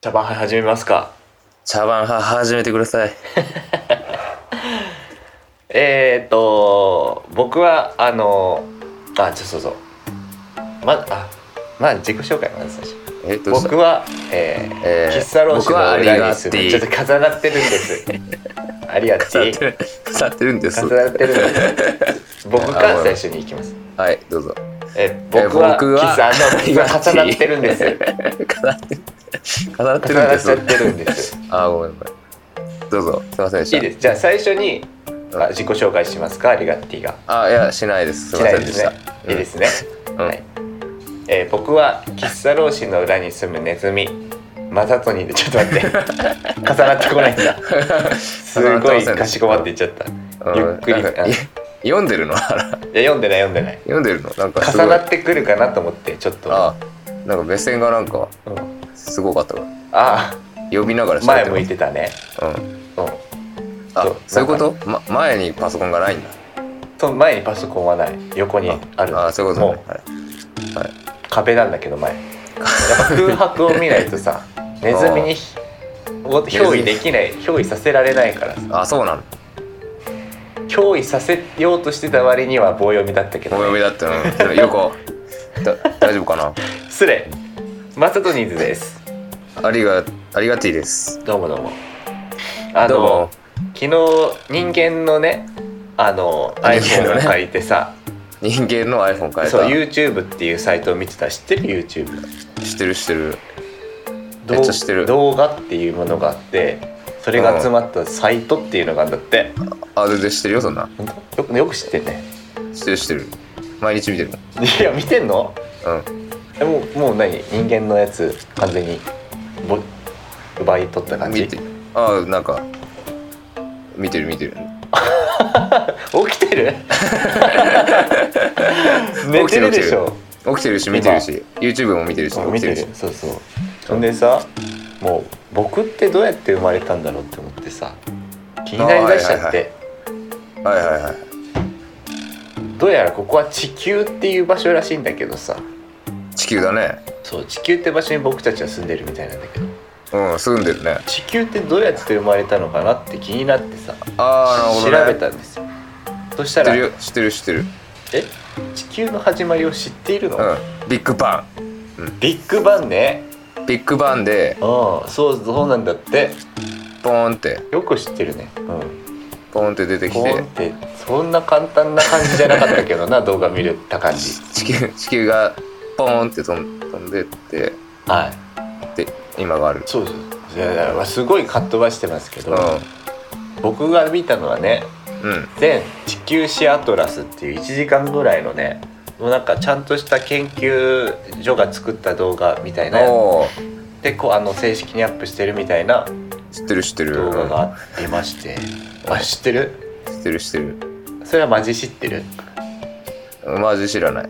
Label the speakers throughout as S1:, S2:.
S1: 茶番杯始めますか。
S2: 茶番始めてください。
S1: 僕はそうそうまあ自己紹介まず最初。僕は、喫茶ローシの裏に住んでちょっと重なってるんですありがとう
S2: 重なってるんです。
S1: 僕から最初に行きます。
S2: はい、どうぞ。
S1: 僕は喫茶の重なってるんです
S2: 重なってるんです。
S1: ごめん
S2: どうぞ。すいませんでした。
S1: いいです。じゃあ最初に自己紹介しますか。ありがティが。
S2: いやしないです。すいませんでした。
S1: いいですね。はい。僕は喫茶ローシの裏に住むネズミマサトニーで、ちょっと待って重なってこないんだすごいかしこまっていっちゃった。ゆっくり
S2: 読んでるの？い
S1: や読んでない
S2: 読んでるの？なんか
S1: 重なってくるかなと思ってちょっと
S2: なんか目線がなんかすごかったから、呼びながら
S1: 前向いてたね。
S2: そういうこと？前にパソコンがないんだ。
S1: その前にパソコンはない、横にある。
S2: そういうことね。
S1: はい、壁なんだけど前やっぱ空白を見ないとさネズミに憑依できない、憑依させられないからさ。
S2: そうなの。
S1: 憑依させようとしてた割には棒読みだったけど、
S2: 棒読みだったの。横大丈夫かな。
S1: 失礼。マサトニーズです。
S2: ありがティです。
S1: どうも
S2: どうも。
S1: 昨日人間のねiPhone を借りてさ、
S2: 人間の iPhone 変えた。
S1: そう YouTube っていうサイトを見てた。知ってる？ YouTube
S2: 知ってるめっちゃ知ってる。
S1: 動画っていうものがあって、それが集まったサイトっていうのがあるんだって。
S2: 全然知ってるよ。そんな
S1: よく知ってんね。
S2: 知ってる毎日見てるもん。
S1: いや見てんの？もう何、人間のやつ完全に奪い取った感じ？
S2: なんか見てる
S1: 起きてる寝てるでしょ。
S2: 起きてるし見てるし YouTube も見てるし
S1: 見てる。そうそんでさ、もう僕ってどうやって生まれたんだろうって思ってさ、気になりだしちゃって。どうやらここは地球っていう場所らしいんだけどさ。
S2: 地球だね。
S1: そう、地球って場所に僕たちは住んでるみたいなんだけど、
S2: 住んでるね。
S1: 地球ってどうやって生まれたのかなって気になってさ、
S2: なるほどね、
S1: 調べたんですよ。そしたら
S2: 知ってる
S1: 地球の始まりを知っているの？
S2: ビッグバ
S1: ン、ビッグバンね。
S2: ビッグバンで
S1: そうなんだって。
S2: ポーンって
S1: よく知ってるね。
S2: ポーンって出てきて、ポーン
S1: ってそんな簡単な感じじゃなかったけどな動画見れた感じ。
S2: 地球がポーンって飛んでって、で今がある。
S1: そうすごいかっ飛ばしてますけど、僕が見たのはね、全地球史アトラスっていう1時間ぐらいのね、もうなんかちゃんとした研究所が作った動画みたいなで、正式にアップしてるみたいな
S2: 知ってる
S1: 動画がありまして、知ってる。それはマジ知ってる？
S2: マジ知らないね。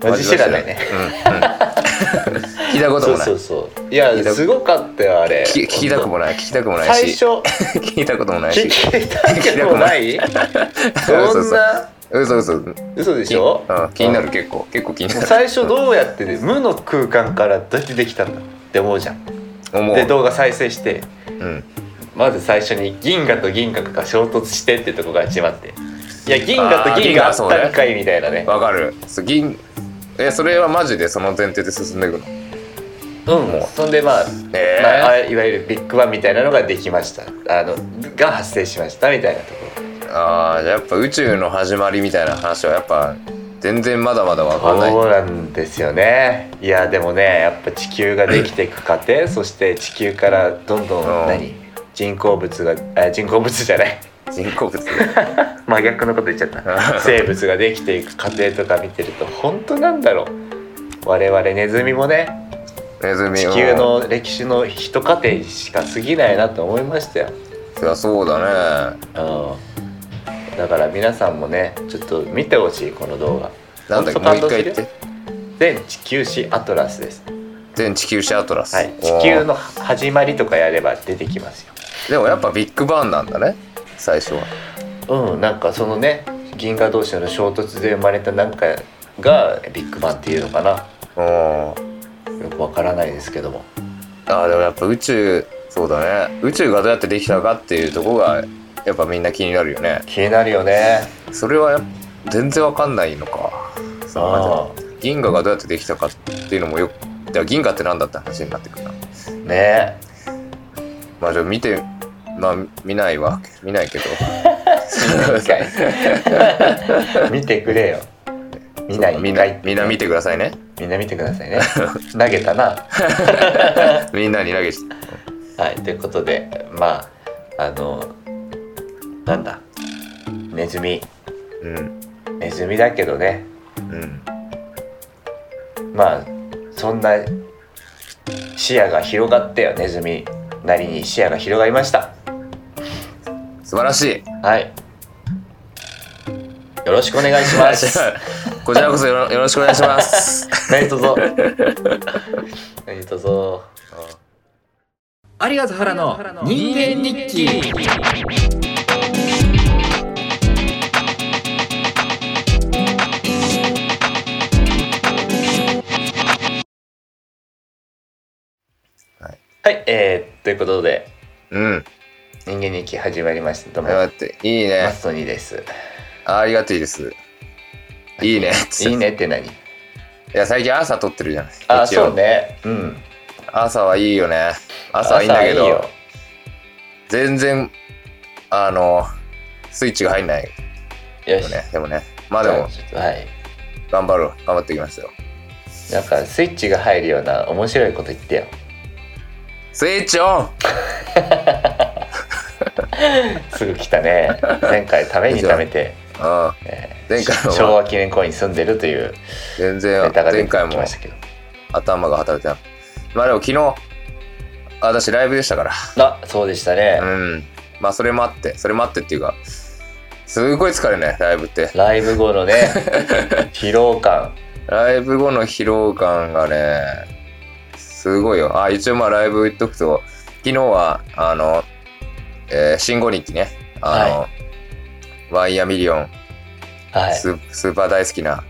S2: 聞いたこともない。
S1: いやすごかったよあれ。
S2: 聞きたくもないし、
S1: 最初
S2: 聞いたこともないし、
S1: 聞いたことない。そんな嘘でしょ。
S2: 気になる。結構気になる。
S1: 最初どうやって無の空間からどうやってできたんだって思うじゃん。で動画再生して、まず最初に銀河と銀河が衝突してってとこが始まって、いや銀河と銀河あったんかいみたいなね。
S2: わかる。それはマジでその前提で進んでいくの？
S1: そんでいわゆるビッグバンみたいなのができました、が発生しましたみたいなところ。
S2: じゃあやっぱ宇宙の始まりみたいな話はやっぱ全然まだまだ分かんない。
S1: そうなんですよね。いやでもね、やっぱ地球ができていく過程そして地球からどんどん人工物じゃない真逆のこと言っちゃった生物ができていく過程とか見てると、本当なんだろう、我々ネズミもね、地球の歴史の一過程しか過ぎないなと思いましたよ。
S2: いやそうだね。
S1: だから皆さんもねちょっと見てほしいこの動画。
S2: なんだっけ、もう一回言って。
S1: 全地球史アトラスです。
S2: 全地球史アトラス、
S1: 地球の始まりとかやれば出てきますよ。
S2: でもやっぱビッグバンなんだね最初は。
S1: なんかそのね、銀河同士の衝突で生まれたなんかがビッグバンっていうのかな。よくわからないですけども。
S2: でもやっぱ宇宙そうだね。宇宙がどうやってできたかっていうところがやっぱみんな気になるよね。
S1: 気になるよね。
S2: それは全然わかんないのか。銀河がどうやってできたかっていうのもよく、じゃあ銀河って何だって話になってくるな。
S1: ね。
S2: まあじゃあ見ないけど
S1: 見てくれよ。みんな
S2: 見てくださいね。
S1: みんな見てくださいね。投げたな。
S2: みんなに投げて。
S1: はい、ということで、まあなんだ、ネズミだけどね。まあそんな視野が広がったよ。ネズミなりに視野が広がりました。
S2: 素晴らしい。
S1: はい。よろしくお願いします。
S2: こちらこそよろしくお願いします。
S1: 何卒何卒。
S3: 有賀原の人間日記。
S1: はい、ということで、人間日記始まりました。どうも。
S2: いいね。
S1: マストニーです。
S2: ありがたいです。いいね。
S1: いいねって何？い
S2: や最近朝撮ってるじゃない。
S1: あ、そうね。
S2: 朝はいいよね。朝はいいんだけど、いいよ。全然スイッチが入んないよね。でもね、まあでも、はい、頑張っていきますよ。
S1: なんかスイッチが入るような面白いこと言ってよ。
S2: スイッチオン。
S1: すぐ来たね。前回ためにためて、
S2: 前回は
S1: 昭和記念公園に住んでるという
S2: 全然
S1: ネタが出てきましたけど、
S2: 頭が働いてた。まあでも昨日私ライブでしたから。
S1: そうでしたね。
S2: まあそれもあってっていうか、すごい疲れるね、ライブって。
S1: ライブ後のね疲労感。
S2: ライブ後の疲労感がね、すごいよ。一応まあライブ言っとくと、昨日は新語日記ね、ワイヤーミリオン、スーパー大好きな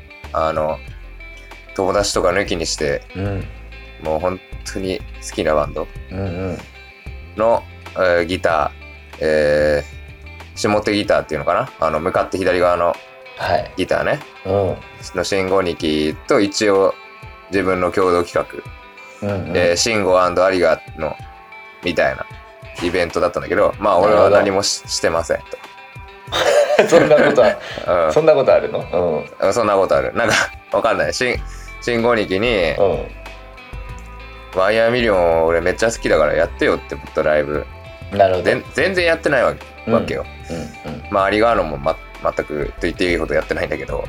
S2: 友達とか抜きにして、もう本当に好きなバンドの、ギター、下手ギターっていうのかな、向かって左側のギターね、の新語日記と一応自分の共同企画、シンゴ&アリガのみたいなイベントだったんだけど、まあ俺は何もしてませんと。
S1: そんなことは、そんなことあるの？
S2: そんなことある。なんかわかんない。新語日記に、ワイヤーミリオン俺めっちゃ好きだからやってよって思ったライブ。
S1: なるほど。
S2: 全然やってないわけよ。まあアリガーノも全くと言っていいほどやってないんだけど、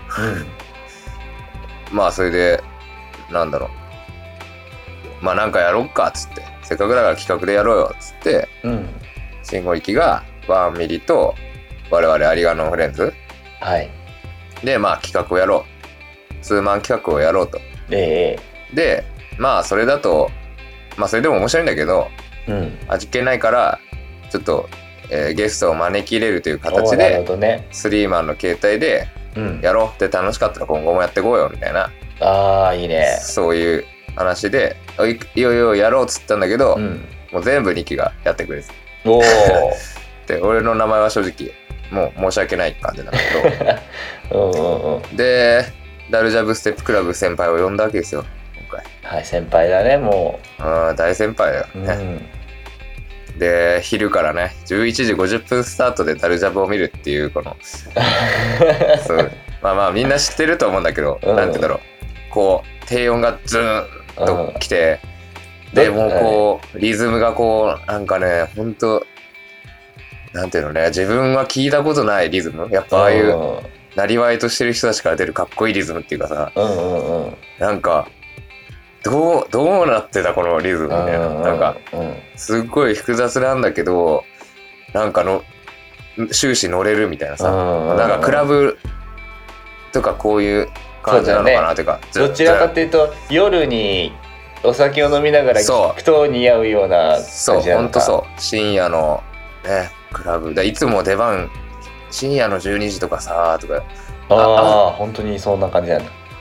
S2: まあそれでなんだろう、まあなんかやろっかっつって、せっかくだから企画でやろうよっつって、新語力がワンミリと我々アリガノフレンズ、でまあ企画をやろう、ツーマン企画をやろうと。でまあそれだとまあそれでも面白いんだけど、味気ないからちょっと、ゲストを招き入れるという形で、スリーマンの形態でやろうって、楽しかったら今後もやっていこうよみたいな、
S1: いいね、
S2: そういう話でいよいよやろうっつったんだけど、もう全部2期がやってくれてで俺の名前は正直もう申し訳ない感じなんだけどでダルジャブステップクラブ先輩を呼んだわけですよ今
S1: 回。先輩だね、もう。
S2: 大先輩だよね。で昼からね11時50分スタートでダルジャブを見るっていうこのそうまあみんな知ってると思うんだけど、なんて言うんだろう、こう低音がズーンときて、でもうこうリズムがこうなんかね、ほんとなんていうのね、自分は聞いたことないリズム、やっぱああいうなりわいとしてる人たちから出るかっこいいリズムっていうかさ、なんかどうなってたこのリズムみたいな、なんかすっごい複雑なんだけど、なんか終始乗れるみたいなさ、なんかクラブとかこういう感じなのかなっていうか、
S1: どちらかというと夜にお酒を飲みながら聴くと似合うような感じなのか。
S2: そう、ほんとそう、深夜のねクラブでいつも出番深夜の12時とかさとか、
S1: 本当にそんな感じなんだ。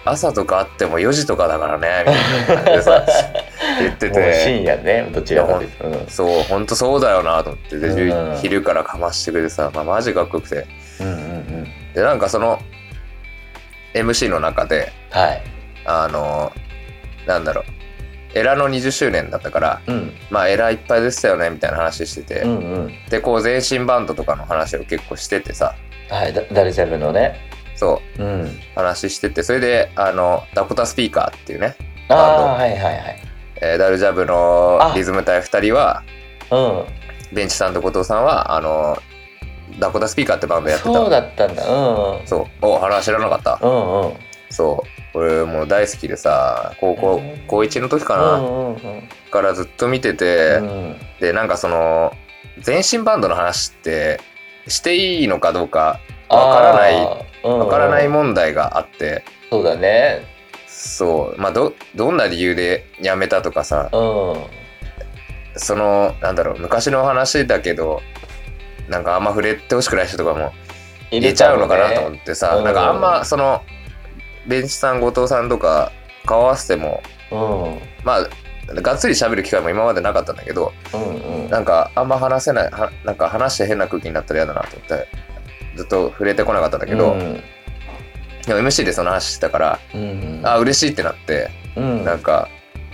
S2: 朝とかあっても4時とかだからねみたいな感じでさ言ってて、
S1: もう深夜ね、どちらかというと、
S2: そう本当そうだよなと思ってで、
S1: うん、
S2: 昼からかましてくれてさ、マジかっこよくて、
S1: うんうんうん、
S2: でなんかその MC の中で、
S1: はい、
S2: なんだろう、エラの20周年だったから、
S1: うん、
S2: まあエラいっぱいでしたよねみたいな話してて、
S1: うんうん、
S2: でこう前身バンドとかの話を結構しててさ、
S1: はい、ダルジャブのね、
S2: そう、
S1: うん、
S2: 話してて、それでダコタスピーカーっていうね
S1: あ
S2: バンド、
S1: あ、はいはいはい、
S2: ダルジャブのリズム隊2人は、
S1: うん、
S2: ベンチさんと後藤さんはダコタスピーカーってバンドやってた。
S1: そうだったんだ、うん、
S2: そう、知らなかった。
S1: うんうん、
S2: そう俺もう大好きでさ、高1の時かな、
S1: うんうん、
S2: からずっと見てて、
S1: うん、
S2: でなんかその前身バンドの話ってしていいのかどうかわからない問題があって、
S1: そうだね、
S2: そうまあどんな理由で辞めたとかさ、
S1: うん、
S2: そのなんだろう、昔の話だけどなんかあんま触れてほしくない人とかも入れちゃうのかなと思ってさ、なんかあんまそのベンチさん後藤さんとか顔合わせても、まあがっつり喋る機会も今までなかったんだけど、なんかあんま話せない、なんか話して変な空気になったら嫌だなと思ってずっと触れてこなかったんだけど、でも MC でその話してたから、嬉しいってなって、なんか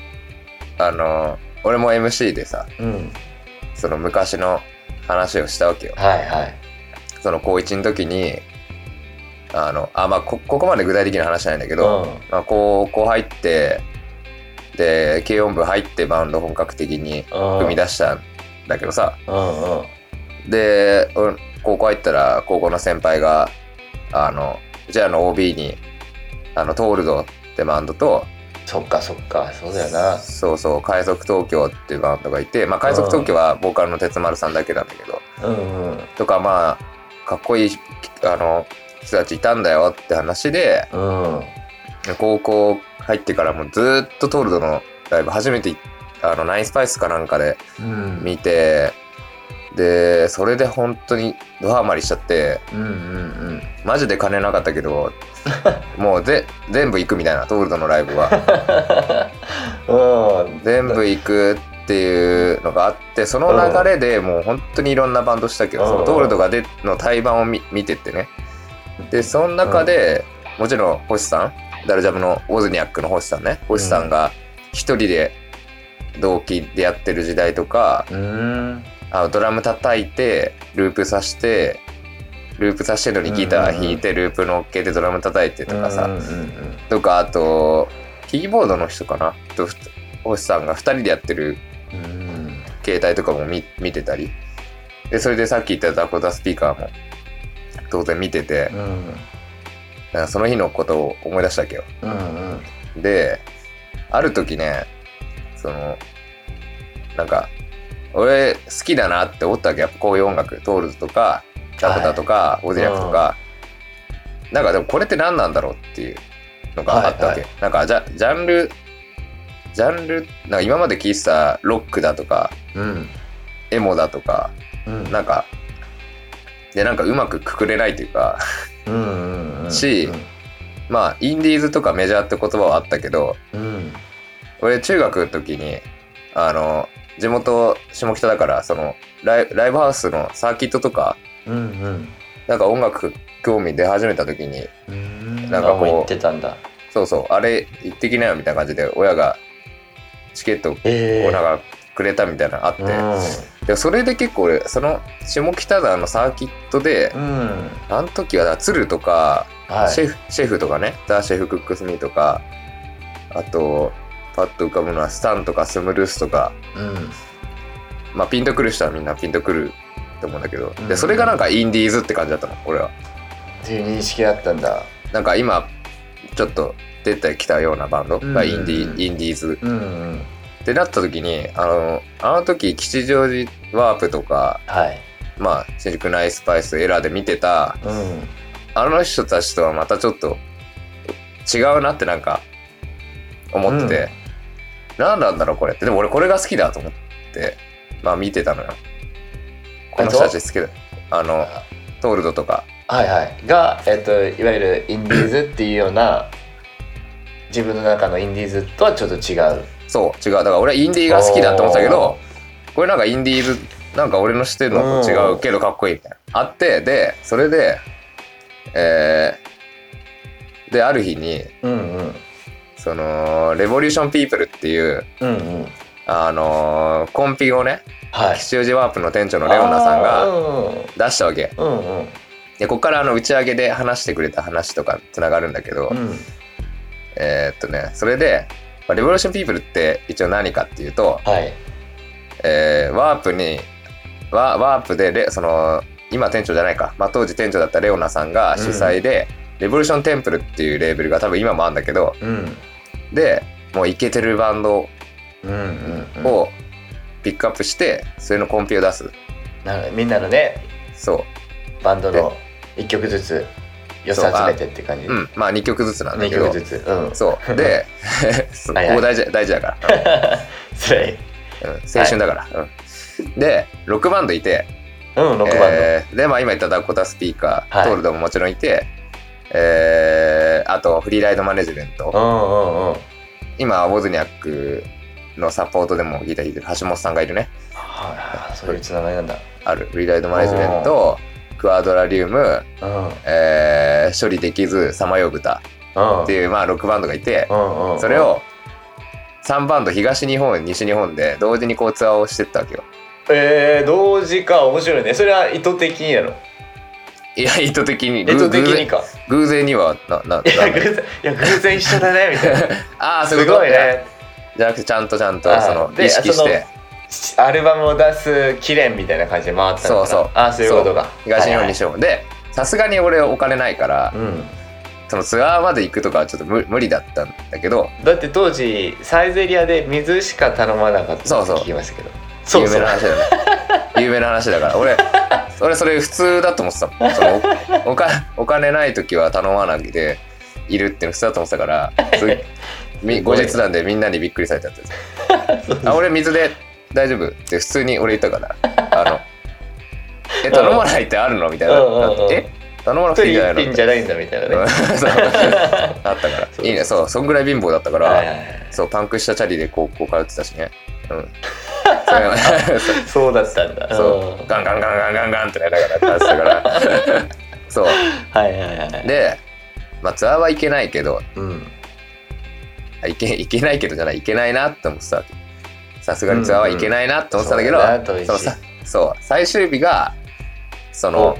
S2: 俺も MC でさ、その昔の話をしたわけよ。
S1: はいはい。
S2: その高1の時にまあここまで具体的な話じゃないんだけど、まあ、高校入ってで軽音部入ってバンド本格的に組み出したんだけどさ、で俺高校入ったら高校の先輩がうちらの OB にトールドってバンドと、
S1: そっかそっか、そうだよな。
S2: そうそう、海賊東京っていうバンドがいて、まあ海賊東京はボーカルの鉄丸さんだけなんだけど、とかまあかっこいい人たちいたんだよって話で、高校入ってからもずっとトールドのライブ初めてナインスパイスかなんかで見て、でそれで本当にドハマりしちゃって、マジで金なかったけどもう全部行くみたいな、トールドのライブは全部行くっていうのがあって、その流れでもう本当にいろんなバンドしたけど、そのトールドがの対バンを見てってね、でその中で、もちろん星さん、ダルジャブのウォズニャックの星さんね、星さんが一人で同期でやってる時代とか、ドラム叩いてループさせてるのにギター弾いてループ乗っけてドラム叩いてとかさ、とか、あとキーボードの人かなと星さんが2人でやってる携帯とかも見てたりで、それでさっき言ったダコタスピーカーも当然見てて、なんかその日のことを思い出したわけよ。である時ね、なんか俺好きだなって思ったわけ。やっぱこういう音楽、トールズとかダコタとかオゼリアクとか、なんかでもこれって何なんだろうっていうのがあったわけ。なんかジャンルなんか今まで聴いてたロックだとか、エモだとか、なんかでなんかうまくくくれないというかまあインディーズとかメジャーって言葉はあったけど、俺中学の時に地元下北だから、そのライブハウスのサーキットとか、なんか音楽興味出始めた時に、なんかこう
S1: 言ってたんだ。
S2: そうそう、あれ行ってきなよみたいな感じで親がチケットをなんかくれたみたいなのあって、でそれで結構俺その下北沢のサーキットで、あの時は鶴とか、シェフとかね、ザ・シェフ・クックス・ミーとか、あとパッと浮かぶのはスタンとかスムルースとか、まあピンとくる人はみんなピンとくると思うんだけど、でそれがなんかインディーズって感じだったの俺は。
S1: っていう認識だったんだ。
S2: なんか今ちょっと出てきたようなバンドがインディーズ、ってなった時にあの時吉祥寺ワープとか、まあ新宿ナイスパイスエラーで見てた、あの人たちとはまたちょっと違うなってなんか思ってて、何なんだろうこれって。でも俺これが好きだと思ってまあ見てたのよ。この人たち好きだ。トールドとか
S1: がいわゆるインディーズっていうような自分の中のインディーズとはちょっと違う。
S2: そう違う。だから俺はインディーが好きだと思ってたけど、これなんかインディーズなんか俺の知ってるのと違うけどかっこいいみたいなあって、でそれでである日に、
S1: うんうん、
S2: そのレボリューションピープルっていう、
S1: うんうん、
S2: コンピをね、
S1: はい、
S2: 吉祥寺ワープの店長のレオナさんが出したわけ、
S1: うんうん、
S2: でここから打ち上げで話してくれた話とかつながるんだけど、
S1: うん、
S2: それでレボリューションピープルって一応何かっていうと、
S1: はい、
S2: ワープでその今店長じゃないか、まあ、当時店長だったレオナさんが主催で、レボリューションテンプルっていうレーベルが多分今もあるんだけど、でもうイケてるバンドをピックアップしてそれのコンピを出す。
S1: みんなのね、
S2: そう
S1: バンドの1曲ずつ寄せ集めてって感じ。
S2: まあ2曲ずつなんだけど、
S1: 2曲ずつ、
S2: そうでここ大事だから
S1: それ、
S2: 青春だから、で6バンドいて、
S1: 6バンド
S2: で、まあ、今言ったダコタスピーカー、トールドももちろんいて、あとフリーライドマネジメント、今ウォズニャックのサポートでもギター弾いてる橋本さんがいるね。
S1: そういうつながりなんだ。
S2: あるフリーライドマネジメント、クアドラリウム、処理できずさまよう豚っていう、まあ、6バンドがいて、それを3バンド東日本西日本で同時にこうツアーをしてったわけよ。
S1: 同時か。面白いね。それは意図的にやろ。
S2: いや意図的に
S1: か
S2: 偶然には
S1: いや偶然一緒だねみたいな
S2: ああそういうことね。じゃなくてちゃんとその意識して
S1: アルバムを出す記念みたいな感じで回ったのかな。そういうことか。
S2: 東日本西日本でさすがに俺お金ないから、そのツアーまで行くとかはちょっと無理だったんだけど、
S1: だって当時サイゼリアで水しか頼まなかったって聞きましたけど。
S2: 有名な話だよね。有名な話だから俺それ普通だと思ってたもん。そのお金ない時は頼まないでいるっていうの普通だと思ってたから後日談でみんなにびっくりされたやつ俺水で大丈夫って普通に俺言ったから頼まないってあるのみたいな頼まなくていいんじゃないの
S1: 一品じゃないんだみたいなね
S2: あったからいいね。そんぐらい貧乏だったから、そうパンクしたチャリで高校通ってたしね。
S1: そうだったんだ。
S2: そうガンガンってなりながらやってたからそうで、まあツアーはいけないけど、いけないけどじゃない、いけないなって思ってたわけ。さすがにツアーはいけないなって思ってたんだけど、そう最終日がその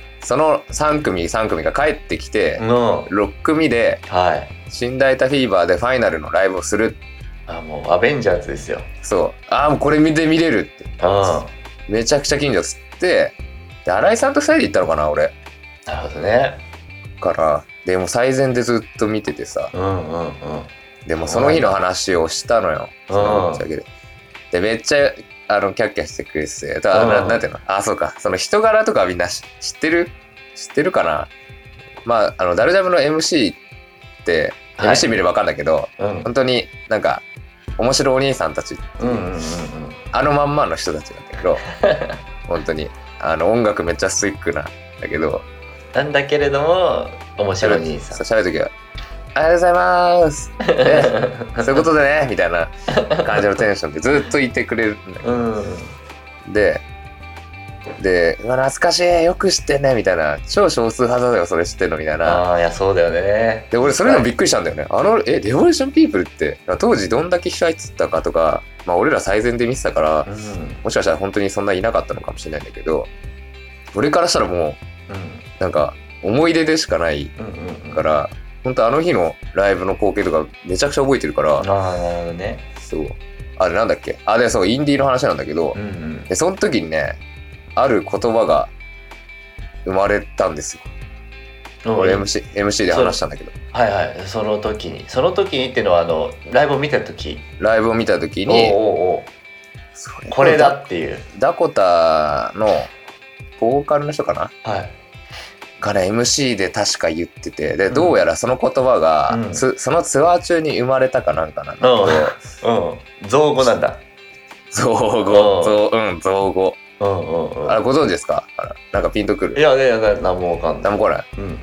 S2: 3組が帰ってきて、6組で新大田フィーバーでファイナルのライブをする。
S1: もうアベンジャーズですよ。
S2: そうもうこれ見れるってめちゃくちゃ近所っつって、で新井さんと2人で行ったのかな俺。
S1: なるほどね。
S2: からでも最前でずっと見ててさ、でもその日の話をしたのよ、その打ち上げで。でめっちゃキャッキャしてくれてて、なんていうの、そうか、その人柄とかみんな知ってるかな。まあダルジャブの MC って、MC 見れば分かんだけど、本当になんか面白いお兄さんたちっていう、まんまの人たちなんだけど本当に音楽めっちゃストイックなんだけど、
S1: なんだけれども面白いお兄さん。
S2: 喋る時はありがとうございますそういうことでねみたいな感じのテンションでずっといてくれるんだけど、で懐かしいよく知ってんねみたいな、超少数派だよそれ知ってんのみたいな。
S1: いやそうだよね。
S2: で俺それでもびっくりしたんだよね。レボリューションピープルって当時どんだけ控えてたかとか、まあ俺ら最前で見てたから、もしかしたら本当にそんないなかったのかもしれないんだけど、俺からしたらもう、なんか思い出でしかないから、本当日のライブの光景とかめちゃくちゃ覚えてるから。
S1: なるほどね。
S2: そうあれなんだっけ、でそうインディーの話なんだけど、でその時にねある言葉が生まれたんですよ。俺 MC で話したんだけど、
S1: その時にっていうのはライブを見た時
S2: に
S1: これだっていう
S2: ダコタのボーカルの人かな、がね MC で確か言ってて、でどうやらその言葉が、そのツアー中に生まれたかなんかなんだけど、
S1: 造語なんだ。
S2: 造語。ご存知ですか？なんかピンとくる？
S1: いや何もわかんない。
S2: 何も来ない。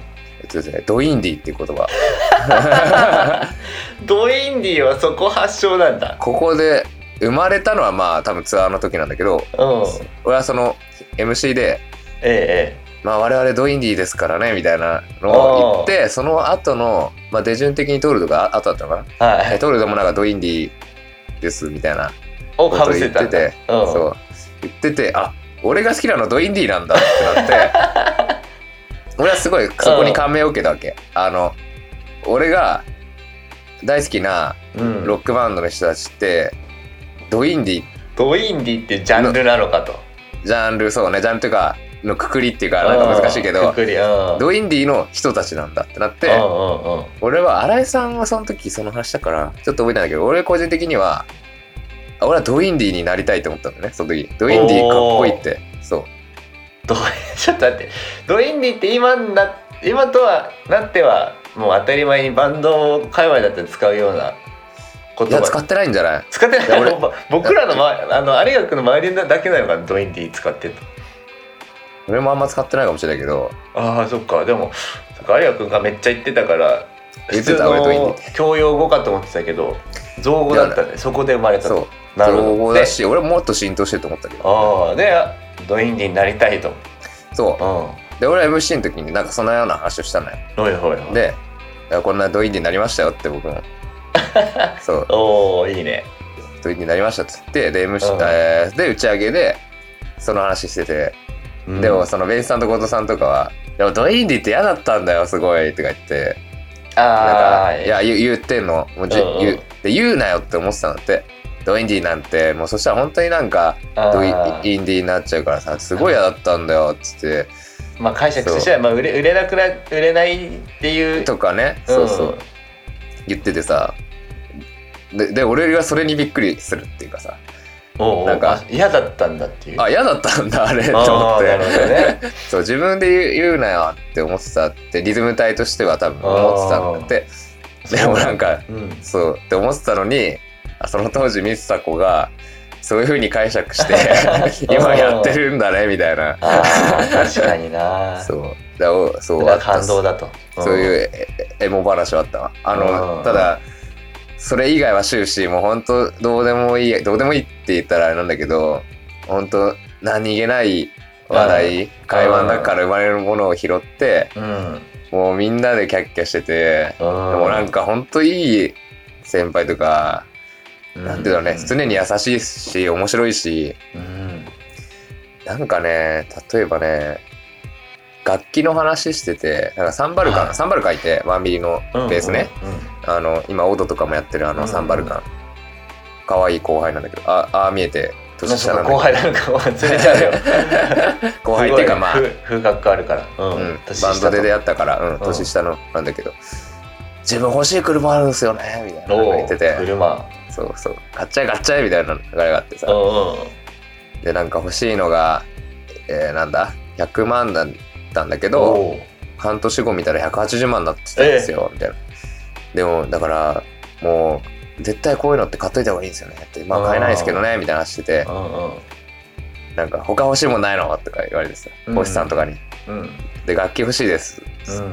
S2: ってて、ドインディっていう言葉
S1: ドインディはそこ発祥なんだ。
S2: ここで生まれたのはまあ多分ツアーの時なんだけど、俺はその MC でまあ我々ドインディですからねみたいなのを言って、その後のまあ手順的にトールドが後だったのかな、トールドもなんかドインディですみたいなことを言ってて、そう言ってて、あ、俺が好きなのドインディなんだってなって俺はすごいそこに感銘を受けたわけ。俺が大好きなロックバンドの人たちってドインディ
S1: ってジャンルなのかと。
S2: ジャンル、そうね、ジャンルというかのくくりっていうかなんか難しいけど、ドインディの人たちなんだってなって、俺は新井さんはその時その話したからちょっと覚えてないけど、俺個人的には俺はドインディになりたいと思ったんだね、その時。ドインディかっこいいって。そう。
S1: ちょっと待って、ドインディって今とはなってはもう当たり前にバンド界隈だって使うような言葉。
S2: いや使ってないんじゃない？
S1: 使ってない。僕らの有賀君の周りだけなのかな、ドインディ使ってると。
S2: 俺もあんま使ってないかもしれないけど。
S1: ああ、そっか。でも有賀君がめっちゃ言ってたから、
S2: 言ってた俺ドインディ。
S1: 教養語かと思ってたけど造語だったね。そこで生まれたと。
S2: なるほど。造語だし、俺もっと浸透してると思ったけど。
S1: でドインディになりたいと。
S2: そう。で俺は MC の時になんかそのような話をしたのよ。でこんなドインディになりましたよって僕もそう
S1: おーいいね、
S2: ドインディになりましたっつって、で MC で打ち上げでその話してて、でもそのベイスさんと後藤さんとかはでもドインディって嫌だったんだよすごいとか言って、なんかいや言ってんのもう言うなよって思ってたんだって。ドインディなんてもうそしたら本当になんかドインディになっちゃうからさ、すごい嫌だったんだよっつって、
S1: まあ解釈としてはまあ売れないっていう
S2: とかね、そうそう言っててさ、で俺がそれにびっくりするっていうかさ、
S1: なんか嫌だったんだっていう、
S2: 嫌だったんだあれと思って、ね、そう自分で言うなよって思ってたってリズム隊としては多分思ってたんだって。でもなんかそうって思ってたのに、その当時見てた子がそういう風に解釈して今やってるんだねみたいな。
S1: 確かにな。
S2: そう
S1: 感動だと。
S2: そういうエモ話はあったわ。ただそれ以外は終始もう本当どうでもいいって言ったらあれなんだけど、本当何気ない話題、会話の中から生まれるものを拾って、もうみんなでキャッキャしてて、でもなんか本当いい先輩とか。なんていうのね、常に優しいし面白いし、なんかね、例えばね楽器の話してて、なんかサンバルカンいてワンミリのベースね、今オードとかもやってるサンバルカン、可愛い後輩なんだけど、見えて
S1: 年下なんだけど、後輩なのか忘れちゃうよ
S2: 後輩っていうかまあ
S1: 風格があるから、
S2: バンドで出会ったから、年下のなんだけど、自分欲しい車あるんですよねみたいなの言ってて、
S1: 車
S2: そう買っちゃえみたいな流れがあってさ、でなんか欲しいのが、なんだ100万だったんだけど、半年後見たら180万になってたんですよ、みたいな。でもだからもう絶対こういうのって買っといた方がいいんですよねって、まあ買えないですけどねみたいな話してて、なんか他欲しいもんないのとか言われてさ、星さんとかに、で楽器欲しいですっつって、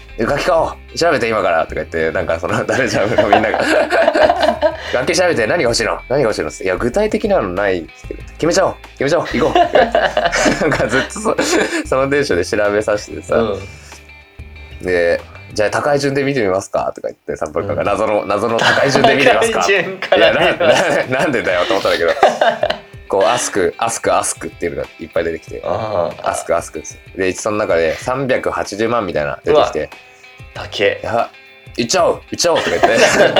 S2: 楽器買おう調べて今からとか言って、なんかその誰ちゃうのみんなが楽器調べて何が欲しいのって、いや具体的なのないですけど決めちゃおう行こうなんかずっとその電車で調べさせてさ、でじゃあ高い順で見てみますかとか言って、サンプルカーが謎の高い順で見てますかいやなんでだよと思ったんだけどこうアスクっていうのがいっぱい出てきて、アスクですで、その中で380万みたいな出てきて、
S1: だけ
S2: いっちゃおうとか言って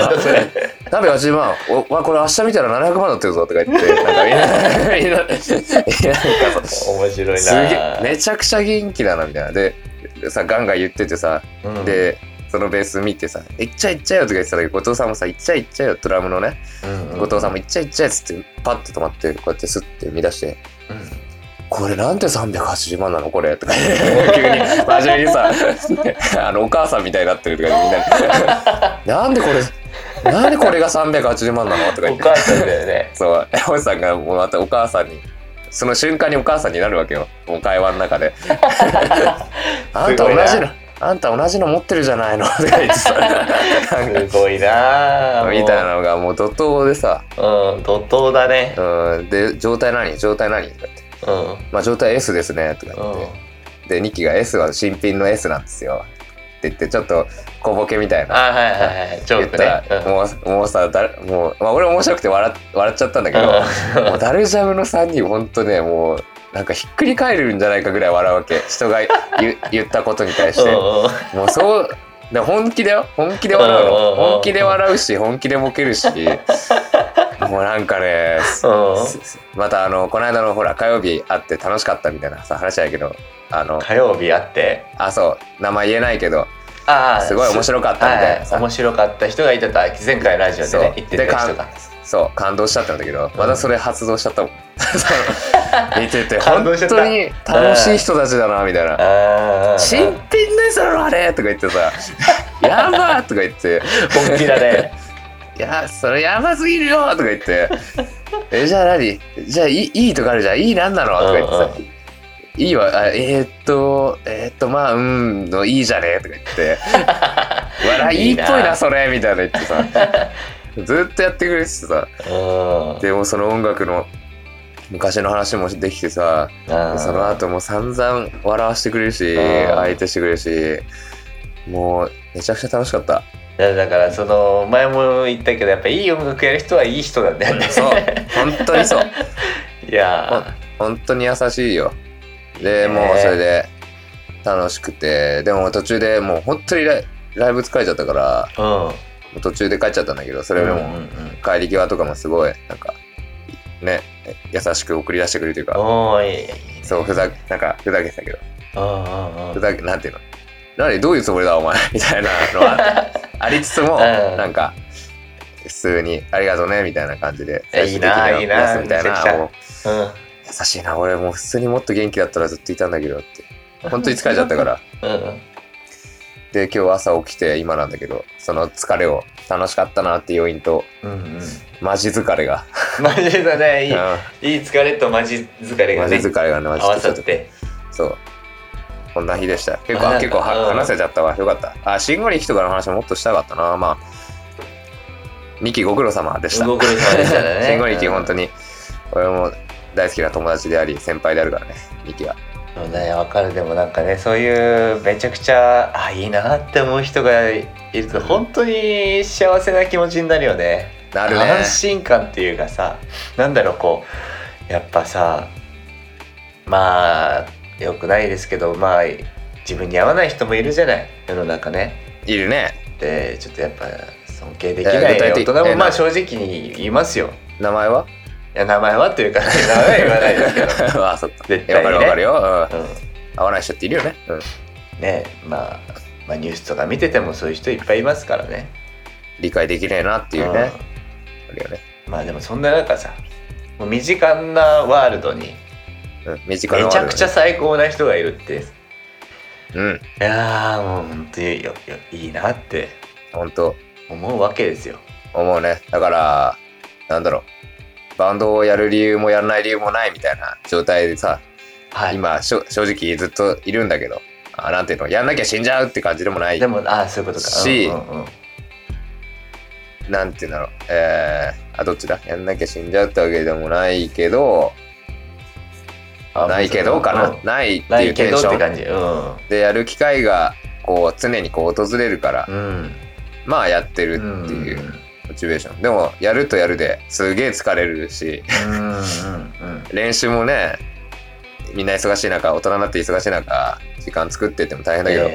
S2: 380万これ明日見たら700万だってるぞとか言って、なんかみんななんか
S1: 面白いな、
S2: すげえめちゃくちゃ元気だなみたいな。でさガンガン言っててさ、でそのベース見てさ、いっちゃいよとか言ってたけど、後藤さんもさ、いっちゃいよドラムのね、後藤さんもいっちゃいっつってパッと止まって、こうやってスッて見出して、これなんで380万なのこれとか急に真面目にさお母さんみたいになってるとかみんなになんでこれが380万なのとか言って、
S1: お母さんだよね
S2: そう星さんがもうまたお母さんに、その瞬間にお母さんになるわけよ、もう会話の中であんたあんた同じの持ってるじゃないのとか言ってさ
S1: すごいな
S2: みたいなのがもう怒涛でさ、
S1: 怒涛だね。
S2: で状態何とか言って、まあ状態 S ですねとか言って、で2期が S は新品の S なんですよって言って、ちょっと小ボケみたいな言ったら、もうさもう、まあ、俺面白くて笑っちゃったんだけど、もうダルジャブの3人ほんとね、もうなんかひっくり返るんじゃないかぐらい笑うわけ、人が言ったことに対して。もうそうで本気だよ、本気で笑うの、本気で笑うし本気でボケるしもうなんかね、またこの間のほら火曜日会って楽しかったみたいなさ話だけど、
S1: 火曜日会って、
S2: そう名前言えないけど、すごい面白かったみたいなさ、
S1: 面白かった人がいたと前回ラジオでね言ってた人が、
S2: そう感動しちゃったんだけど、またそれ発動しちゃったもん見てて本当に楽しい人たちだなみたいな、新品のやつだろあれとか言ってさやばーとか言って
S1: 本気だね
S2: いやそれやばすぎるよとか言ってじゃあ何じゃあいいとかあるじゃん、いいなんなのとか言ってさ、いいわまあのいいじゃねとか言って笑いいっぽいなそれみたいな言ってさずっとやってくれてさ、でもその音楽の昔の話もできてさ、その後も散々笑わしてくれるし相手してくれるし、もうめちゃくちゃ楽しかった。
S1: だからその前も言ったけど、やっぱいい音楽やる人はいい人なんだよね。
S2: そう本当にそう
S1: いや
S2: 本当に優しいよ。でもうそれで楽しくて、でも途中でもう本当にライブ疲れちゃったから、途中で帰っちゃったんだけど、それでも帰り際とかもすごいなんかね優しく送り出してくれるというか、そうなんかふざけてたけど、なんていうの、どういうつもりだお前みたいなのはありつつも、なんか普通にありがとうねみたいな感じで、最終的にはやすみたいな、優しいな、俺もう普通にもっと元気だったらずっといたんだけどって本当に疲れちゃったからで今日朝起きて今なんだけど、その疲れを楽しかったなっていう余韻と、マジ疲れが
S1: マジだね、いい疲れとマジ疲れがね、
S2: 合
S1: わさって、
S2: そうこんな日でした。結構話せちゃったわ、よかった。シンゴリキとかの話ももっとしたかったな。まあ2期ご苦労様でした。
S1: ご苦労様でしたね
S2: シンゴリキ本当に俺も大好きな友達であり先輩であるからね、2期は。
S1: そうね、わかる。でもなんかね、そういうめちゃくちゃいいなって思う人がいると本当に幸せな気持ちになるよね。
S2: なるね。
S1: 安心感っていうかさ、なんだろう、こうやっぱさ、まあよくないですけど、まあ自分に合わない人もいるじゃない、世の中ね。
S2: いるね。
S1: でちょっとやっぱ尊敬できない大人もまあ正直にいますよ。
S2: 名前は？
S1: いや名前はっていうか、名前は言わないですけど
S2: そっか、
S1: 絶対にね、
S2: わかるよ、合わない人っているよね。
S1: ね、まあニュースとか見ててもそういう人いっぱいいますからね。
S2: 理解できないなっていうね、あるよね。
S1: まあでもそんな中さ、もう身近なワールドにめちゃくちゃ最高な人がいるって、いやもう本当にいいなって
S2: 本当
S1: 思うわけですよ。
S2: 思うね。だからなんだろう、バンドをやる理由もやらない理由もないみたいな状態でさ、今正直ずっといるんだけど、なんていうの、やんなきゃ死んじゃうって感じでもない。
S1: でもそういうことか
S2: し、なんていうんだろう、どっちだ、やんなきゃ死んじゃうってわけでもないけど、ないけどかな、ないっていうテンションでやる機会がこう常にこう訪れるから、まあやってるっていうモチベーション。でもやるとやるですげえ疲れるし練習もね、みんな忙しい中、大人になって忙しい中時間作ってっても大変だけど、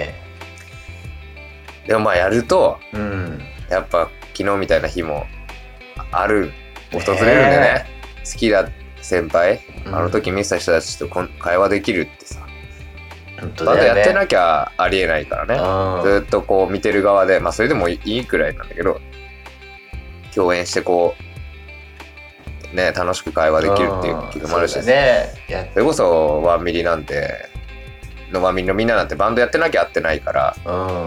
S2: でもまあやると、やっぱ昨日みたいな日も訪れるんでね、好きだ先輩、あの時見せた人たちと会話できるってさ、バンドやってなきゃありえないからね。ずっとこう見てる側で、まあそれでもいいくらいなんだけど、共演してこうね、楽しく会話できるっていう気がもあるし、それこそワンミリなんてワンミリのみんななんてバンドやってなきゃ会ってないから、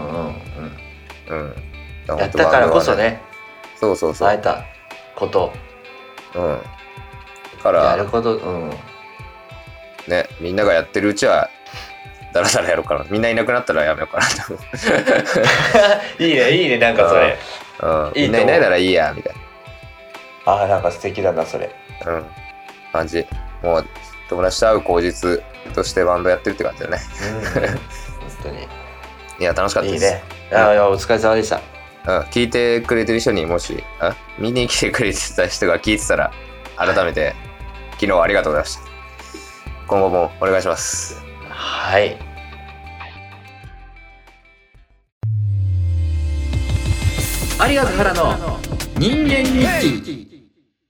S1: やったからこそね、
S2: そう
S1: 会えたこと、
S2: から
S1: やること、
S2: ね、みんながやってるうちはだらだらやろうかな。みんないなくなったらやめようかなと思う。
S1: いいねいいね、なんかそれ、
S2: みんないないならいいやみたい
S1: ああなんか素敵だなそれ。
S2: 感じ。もう友達と会う口実としてバンドやってるって感じだね。
S1: 本当に
S2: いや楽しかったです。
S1: いいね。いやお疲れ様でした。
S2: 聞いてくれてる人にもし見に来てくれてた人が聞いてたら改めて昨日はありがとうございました。今後もお願いします。
S1: はい。
S3: 有賀原の人間日記。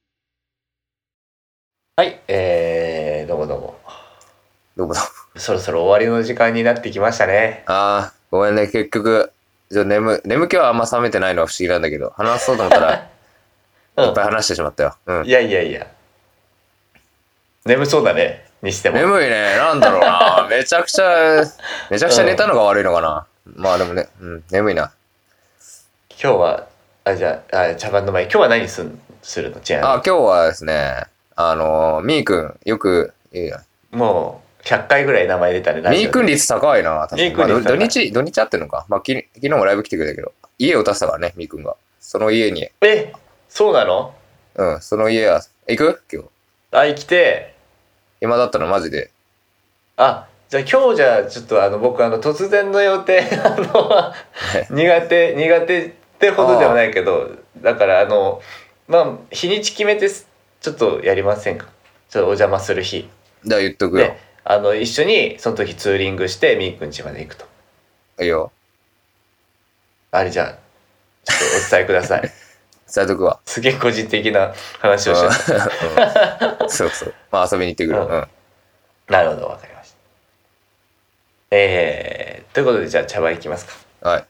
S1: はい、どうもどうも。
S2: どうもどうも。
S1: そろそろ終わりの時間になってきましたね。
S2: ごめんね、結局眠気はあんま冷めてないのは不思議なんだけど、話そうと思ったらいっぱい話してしまったよ。
S1: いやいやいや、眠そうだねにしても。
S2: 眠いね。なんだろうな。めちゃくちゃ寝たのが悪いのかな。まあでもね、眠いな。
S1: 今日はじゃあ茶番の前、今日は何するの？
S2: 今日はですね、みーくんよく
S1: もう100回ぐらい名前出たね。
S2: みーくん率高いな。確かに。土日あってんのか。昨日もライブ来てくれたけど、家を建てたからね、みーくんが。その家に。
S1: そうなの？
S2: その家は行く？今日。
S1: 行きて。
S2: 今だったらマジで。
S1: じゃあ今日じゃあちょっと僕突然の予定苦手ってほどではないけど、だからまあ日にち決めてちょっとやりませんか？ちょっとお邪魔する日。
S2: じゃあ言っとくよ。
S1: 一緒にその時ツーリングしてみーくん家まで行くと。
S2: いいよ。
S1: じゃあちょっとお伝えください。
S2: 伝えとくわ。
S1: すげえ個人的な話をしてた。
S2: そうそう。まあ遊びに行ってくる。
S1: なるほど、わかりました。ということでじゃあ茶番いきますか。
S2: はい。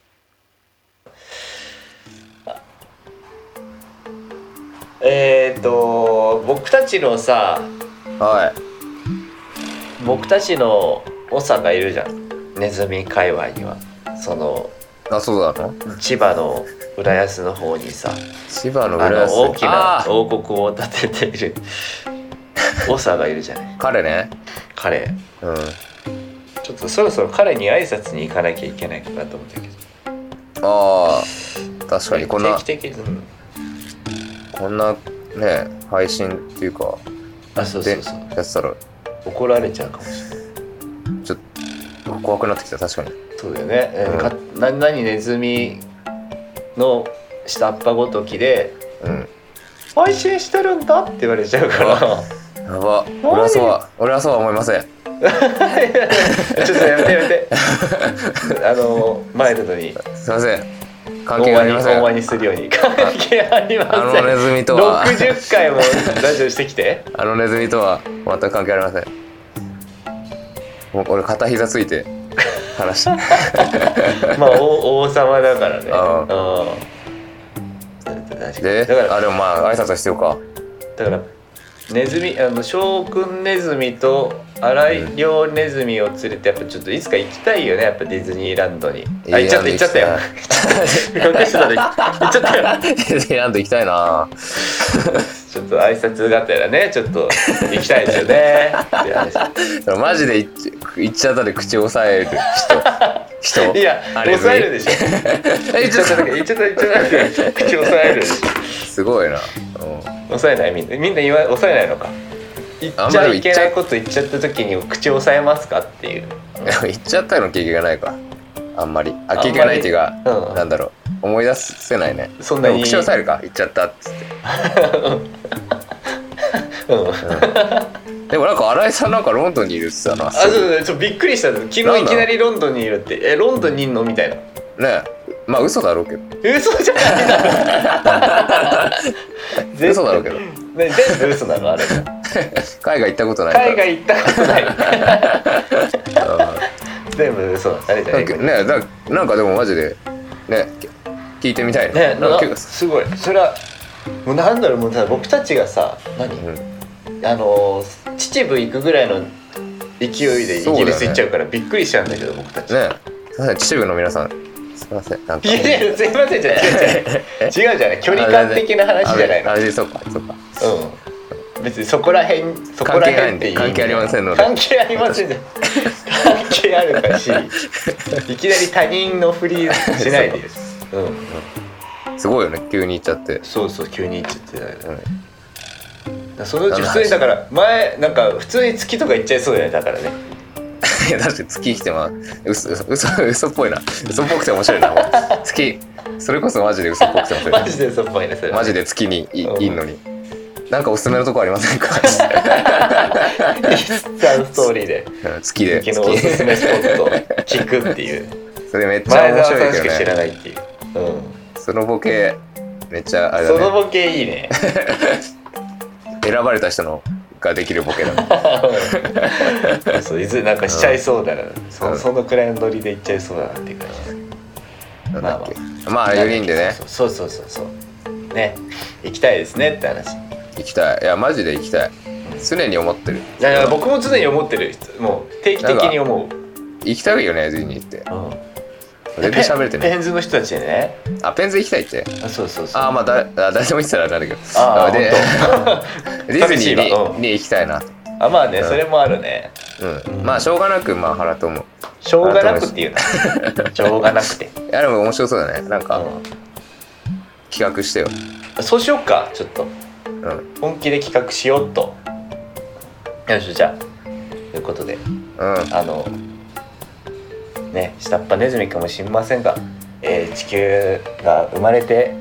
S1: 僕たちのさ、僕たちの長がいるじゃん、ネズミ界隈には。
S2: そうなの？
S1: 千葉の浦安の方にさ、
S2: 千葉の浦安、
S1: 大きな王国を建てている長がいるじゃない。
S2: 彼ね。
S1: 彼。ちょっとそろそろ彼に挨拶に行かなきゃいけないかなと思ったけど。
S2: 確かにこんな
S1: 定期的に、
S2: こんなね配信っていうか
S1: そう
S2: やってたら
S1: 怒られちゃうかもしれない。
S2: ちょっと怖くなってきた。確かに
S1: そうだよね。何ネズミの下っ端ごときで、配信してるんだって言われちゃうから。
S2: やば。俺はそうは思いません。
S1: ちょっとやめてマイルドに。
S2: すいません。関係ありません。
S1: 大間にするように。関係ありません。
S2: ネズミとは
S1: 60回もラジオしてきて。
S2: ネズミとは全く関係ありません。もう俺片膝ついて話した。
S1: まあ王様だからね。
S2: で、でもまあ挨拶は必要か。
S1: だからネズミ将軍ネズミと荒井亮ネズミを連れてやっぱちょっといつか行きたいよね、やっぱディズニーランドに。行っちゃったよ。行っちゃったよ。
S2: ディズニーランド行きたいな。
S1: ちょっと挨拶がてらね、ちょっと行きたいですよね。
S2: マジで行っちゃったで口を押さえる人。
S1: いや押さえるでしょ。行っちゃったで口押さえるでしょ。
S2: すごいな。
S1: 押さえない？みんな押さえないのか。言っちゃいけないこと言っちゃった時に口を押さえますかっていう。
S2: 言っちゃったの経験がないか。あんまり経験がないっていうか、なんだろう、思い出せないね。
S1: そんなに
S2: 口を押さえるか、言っちゃったっつって。でもなんか新井さんなんかロンドンにいるってさな。
S1: そうびっくりした。昨日いきなりロンドンにいるって。ロンドンにいんのみたいな。
S2: ねまあ嘘だろうけど。
S1: 嘘じゃないだろ。
S2: 嘘だろうけど。
S1: 全部嘘なのあれ。
S2: 海外行ったことない。
S1: 海外行ったことない。全部嘘だ。あれじゃない
S2: ね。なんかでもマジでね聞いてみたい
S1: ね。すごい。それはもうなんだろう、もう僕たちがさ、秩父行くぐらいの勢いでイギリス行っちゃうからびっくりしちゃうんだけど、僕たち。
S2: ね。秩父の皆さん。すいません。なんか。
S1: いやすいませんじゃない。違うじゃない。距離感的な話じゃないの。
S2: そうか。別
S1: にそこら辺っていう
S2: 関係ありませんので。
S1: 関係ありませんじゃん。関係あるかしいきなり他人のふりしないでよ。
S2: すごいよね、急に行っちゃって。
S1: そう急に行っちゃってたよね。そのうち普通にだから前なんか普通に月とか行っちゃいそうだよね。だからね。
S2: いや確かに月来て嘘っぽいな。嘘っぽくて面白いな。月それこそマジで嘘っぽくて面白いな。
S1: マジで嘘っぽいねそれ。
S2: マジで月にいんのに。なんかおすすめのとこありませんか？
S1: インスタストーリーで
S2: 月で
S1: 月のおすすめスポットを聞くっていう。
S2: それめっちゃ面白いけどね。
S1: 前澤さんしか知らないっていう。
S2: そのボケめっちゃあれだね。
S1: そのボケいいね。
S2: 選ばれた人のができるボケだね。
S1: そういずれなんかしちゃいそうだな、そのくらいのノリでいっちゃいそうだなっていう感じ。
S2: なんだっけ。まあ4人でね。
S1: そうね、行きたいですねって話。
S2: 行きたい。いやマジで行きたい。常に思ってる。
S1: いや僕も常に思ってる。もう定期的に思う。
S2: 行きたいよねディズニーって。全然喋れてね。
S1: ペンズの人たちでね。
S2: ペンズ行きたいって。
S1: そう
S2: まあ誰でも言ってたらなんだけど。でディズニーに行きたいな。
S1: まあね、それもあるね。
S2: まあしょうがなくハラとも。
S1: しょうがなくっていうな。しょうがなくて。
S2: いやでも面白そうだね。なんか企画してよ。
S1: そうしよっかちょっと。本気で企画しようっと。よしじゃあということで、ね、下っ端ネズミかもしれませんが、地球が生まれて、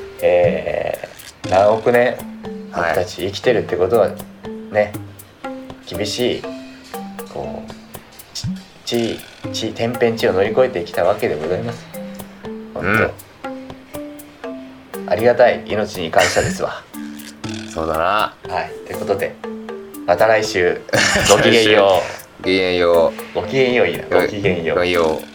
S1: 何億年僕たち生きてるってことはね、厳しいこう天変地を乗り越えてきたわけでございます。本当、ありがたい、命に感謝ですわ。
S2: そうだな。
S1: はい、ということでまた来週ごきげんよう。
S2: ごきげんよう。
S1: ごきげんよういいな。ごきげんよう。